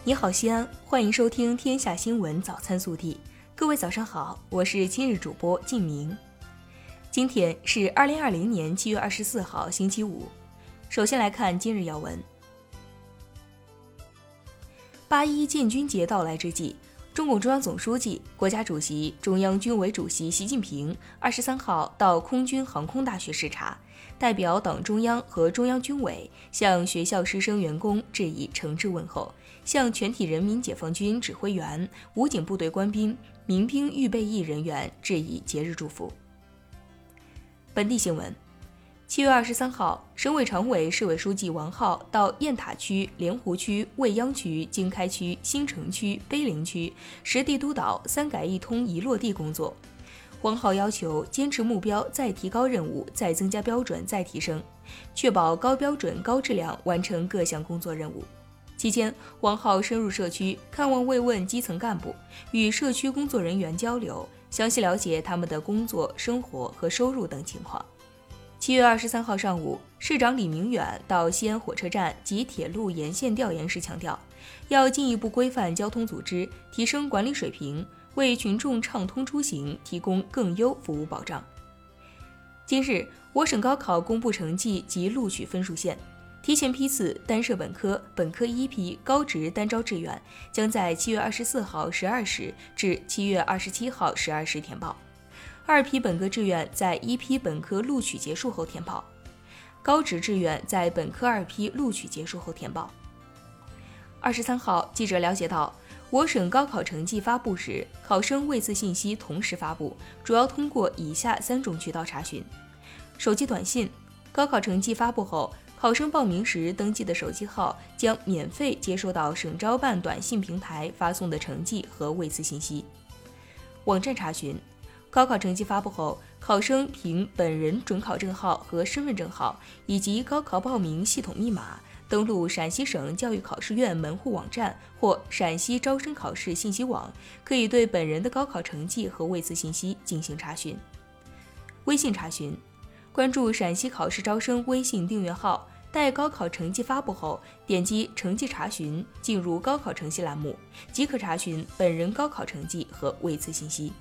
你好，西安，欢迎收听《天下新闻早餐速递》。各位早上好，我是今日主播静明。今天是2020年7月24号，星期五。首先来看今日要闻。8·1建军节到来之际，中共中央总书记、国家主席、中央军委主席习近平23号到空军航空大学视察，代表党中央和中央军委向学校师生员工致以诚挚问候，向全体人民解放军指挥员、武警部队官兵、民兵预备役人员致以节日祝福。本地新闻，7月23号，省委常委、市委书记王浩到雁塔区、莲湖区、未央区、经开区、新城区、碑林区实地督导3改1通一落地工作。王浩要求坚持目标再提高任务，再增加标准再提升，确保高标准高质量完成各项工作任务。期间，王浩深入社区，看望慰问基层干部，与社区工作人员交流，详细了解他们的工作、生活和收入等情况。7月23号上午，市长李明远到西安火车站及铁路沿线调研时强调，要进一步规范交通组织，提升管理水平，为群众畅通出行提供更优服务保障。今日，我省高考公布成绩及录取分数线。提前批次单设本科、本科一批高职单招志愿将在7月24号12时至7月27号12时填报。二批本科志愿在一批本科录取结束后填报，高职志愿在本科二批录取结束后填报。23号，记者了解到，我省高考成绩发布时，考生位次信息同时发布，主要通过以下3种渠道查询：手机短信，高考成绩发布后，考生报名时登记的手机号将免费接收到省招办短信平台发送的成绩和位次信息。网站查询，高考成绩发布后，考生凭本人准考证号和身份证号以及高考报名系统密码，登录陕西省教育考试院门户网站或陕西招生考试信息网，可以对本人的高考成绩和位次信息进行查询。微信查询，关注陕西考试招生微信订阅号，待高考成绩发布后，点击成绩查询，进入高考成绩栏目，即可查询本人高考成绩和位次信息。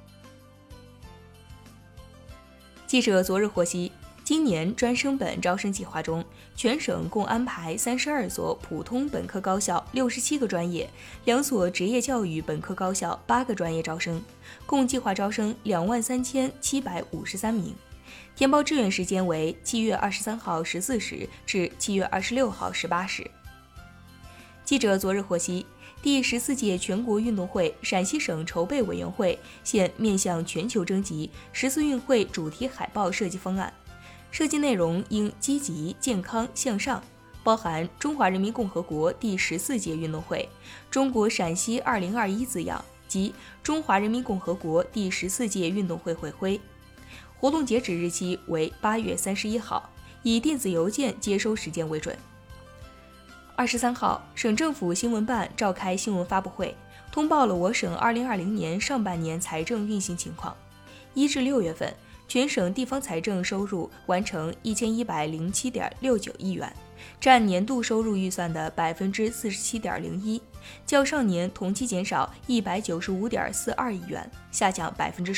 记者昨日获悉，今年专升本招生计划中，全省共安排32所普通本科高校67个专业，2所职业教育本科高校8个专业招生，共计划招生23753名。填报志愿时间为7月23号14时至7月26号18时。记者昨日获悉，第14届全国运动会陕西省筹备委员会现面向全球征集14运会主题海报设计方案，设计内容应积极、健康、向上，包含中华人民共和国第14届运动会、中国陕西2021字样及中华人民共和国第14届运动会会徽。活动截止日期为8月31号，以电子邮件接收时间为准。23号，省政府新闻办召开新闻发布会，通报了我省2020年上半年财政运行情况。1至6月份，全省地方财政收入完成1107.69亿元，占年度收入预算的47.01%，较上年同期减少195.42亿元，下降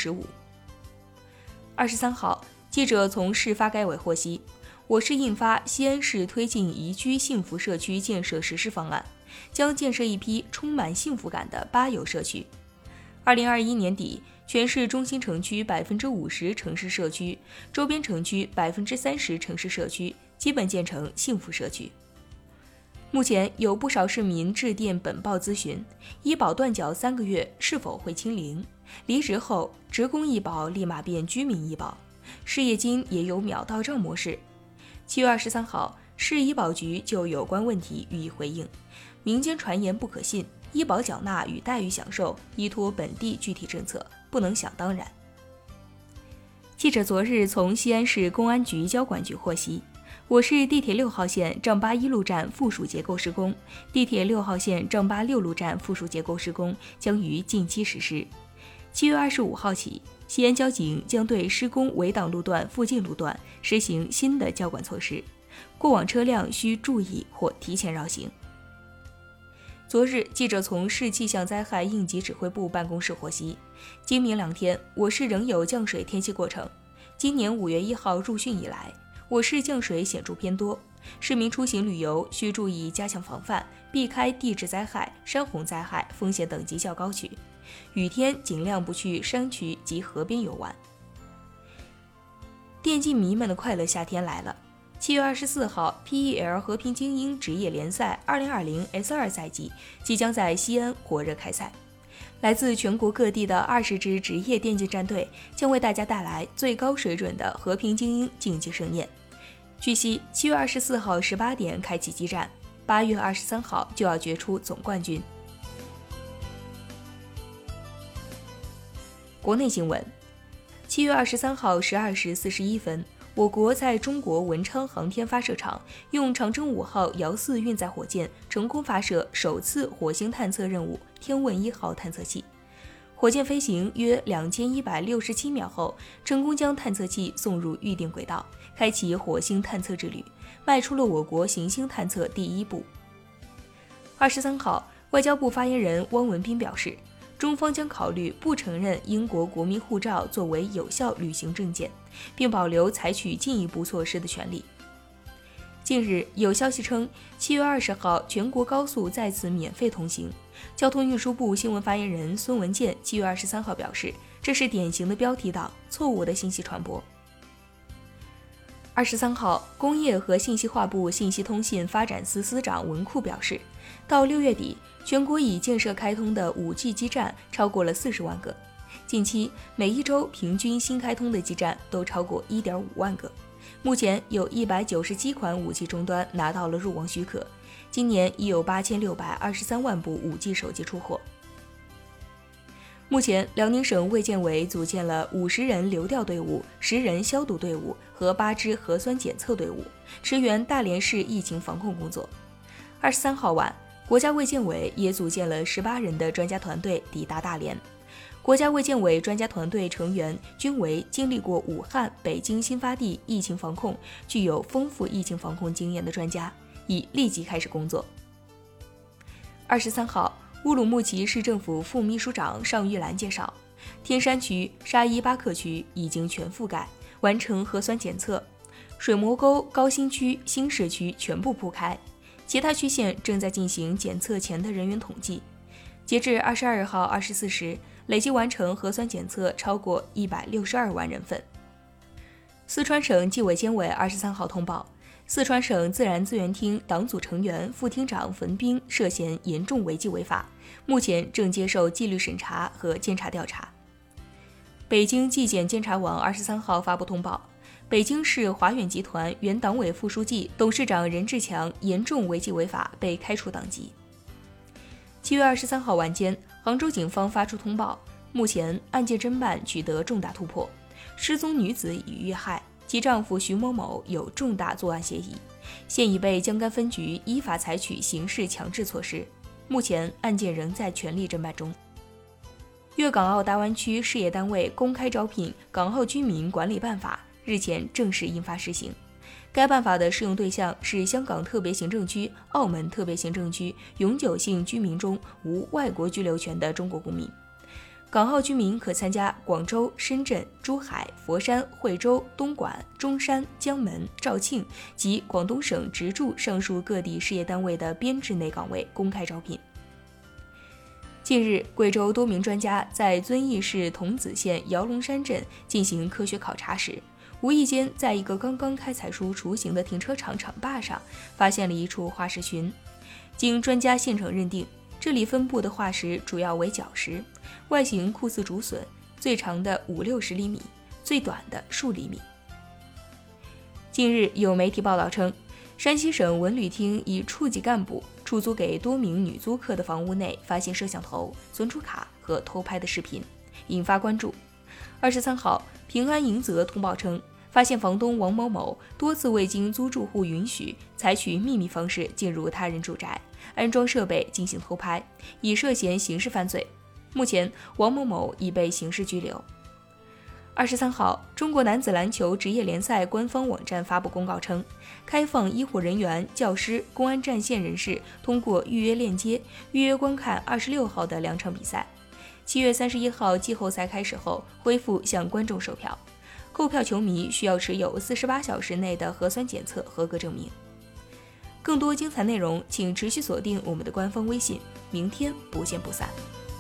15%。23号，记者从市发改委获悉，我市印发西安市推进宜居幸福社区建设实施方案，将建设一批充满幸福感的8有社区。2021年底，全市中心城区50%城市社区，周边城区30%城市社区基本建成幸福社区。目前有不少市民致电本报咨询，医保断缴3个月是否会清零？离职后职工医保立马变居民医保，失业金也有秒到账模式。7月23号，市医保局就有关问题予以回应，民间传言不可信，医保缴纳与待遇享受依托本地具体政策，不能想当然。记者昨日从西安市公安局交管局获悉，我市地铁6号线丈八一路站附属结构施工，地铁6号线丈八6路站附属结构施工将于近期实施。7月25号起，西安交警将对施工围挡路段附近路段实行新的交管措施，过往车辆需注意或提前绕行。 昨日，记者从市气象灾害应急指挥部办公室获悉，今明2天，我市仍有降水天气过程。今年5月1号入汛以来，我市降水显著偏多，市民出行旅游需注意加强防范，避开地质灾害、山洪灾害风险等级较高区，雨天尽量不去山区及河边游玩。电竞迷们的快乐夏天来了。7月24号 ，PEL 和平精英职业联赛2020 S2 赛季即将在西安火热开赛。来自全国各地的20支职业电竞战队将为大家带来最高水准的和平精英竞技盛宴。据悉，7月24号18点开启激战，8月23号就要决出总冠军。国内新闻，7月23号12时41分，我国在中国文昌航天发射场用长征5号遥4运载火箭成功发射首次火星探测任务天问1号探测器。火箭飞行约2167秒后，成功将探测器送入预定轨道，开启火星探测之旅，迈出了我国行星探测第一步。23号，外交部发言人汪文斌表示，中方将考虑不承认英国国民护照作为有效旅行证件，并保留采取进一步措施的权利。近日有消息称，7月20号全国高速再次免费通行。交通运输部新闻发言人孙文健7月23号表示，这是典型的标题党，错误的信息传播。23号，工业和信息化部信息通信发展司司长文库表示，到6月底，全国已建设开通的 5G 基站超过了40万个。近期每一周平均新开通的基站都超过 1.5 万个。目前有197款 5G 终端拿到了入网许可，今年已有8623万部 5G 手机出货。目前，辽宁省卫健委组建了50人流调队伍、10人消毒队伍和8支核酸检测队伍，驰援大连市疫情防控工作。23号晚，国家卫健委也组建了18人的专家团队抵达大连。国家卫健委专家团队成员均为经历过武汉、北京新发地疫情防控、具有丰富疫情防控经验的专家，已立即开始工作。23号，乌鲁木齐市政府副秘书长尚玉兰介绍，天山区、沙依巴克区已经全覆盖，完成核酸检测，水磨沟、高新区、新市区全部铺开，其他区县正在进行检测前的人员统计。截至22号24时，累计完成核酸检测超过162万人份。四川省纪委监委23号通报，四川省自然资源厅党组成员、副厅长冯斌涉嫌严重违纪违法，目前正接受纪律审查和监察调查。北京纪检监察网23号发布通报，北京市华远集团原党委副书记、董事长任志强严重违纪违法，被开除党籍。7月23号晚间，杭州警方发出通报，目前案件侦办取得重大突破，失踪女子已遇害，其丈夫徐某某有重大作案嫌疑，现已被江甘分局依法采取刑事强制措施，目前案件仍在全力侦办中。粤港澳大湾区事业单位公开招聘港澳居民管理办法日前正式印发施行。该办法的适用对象是香港特别行政区、澳门特别行政区永久性居民中无外国居留权的中国公民。港澳居民可参加广州、深圳、珠海、佛山、惠州、东莞、中山、江门、肇庆及广东省直驻上述各地事业单位的编制内岗位公开招聘。近日，贵州多名专家在遵义市桐梓县摇龙山镇进行科学考察时，无意间在一个刚刚开采出雏形的停车场场坝上发现了一处化石群。经专家现场认定，这里分布的化石主要为角石，外形酷似竹笋，最长的50-60厘米，最短的数厘米。近日有媒体报道称，山西省文旅厅一处级干部出租给多名女租客的房屋内发现摄像头、存储卡和偷拍的视频，引发关注。23号，平安迎泽通报称，发现房东王某某多次未经租住户允许，采取秘密方式进入他人住宅，安装设备进行偷拍，已涉嫌刑事犯罪。目前，王某某已被刑事拘留。 23号，中国男子篮球职业联赛官方网站发布公告称，开放医护人员、教师、公安战线人士通过预约链接预约观看26号的2场比赛。7月31号季后赛开始后，恢复向观众售票。购票球迷需要持有48小时内的核酸检测合格证明。更多精彩内容，请持续锁定我们的官方微信。明天不见不散。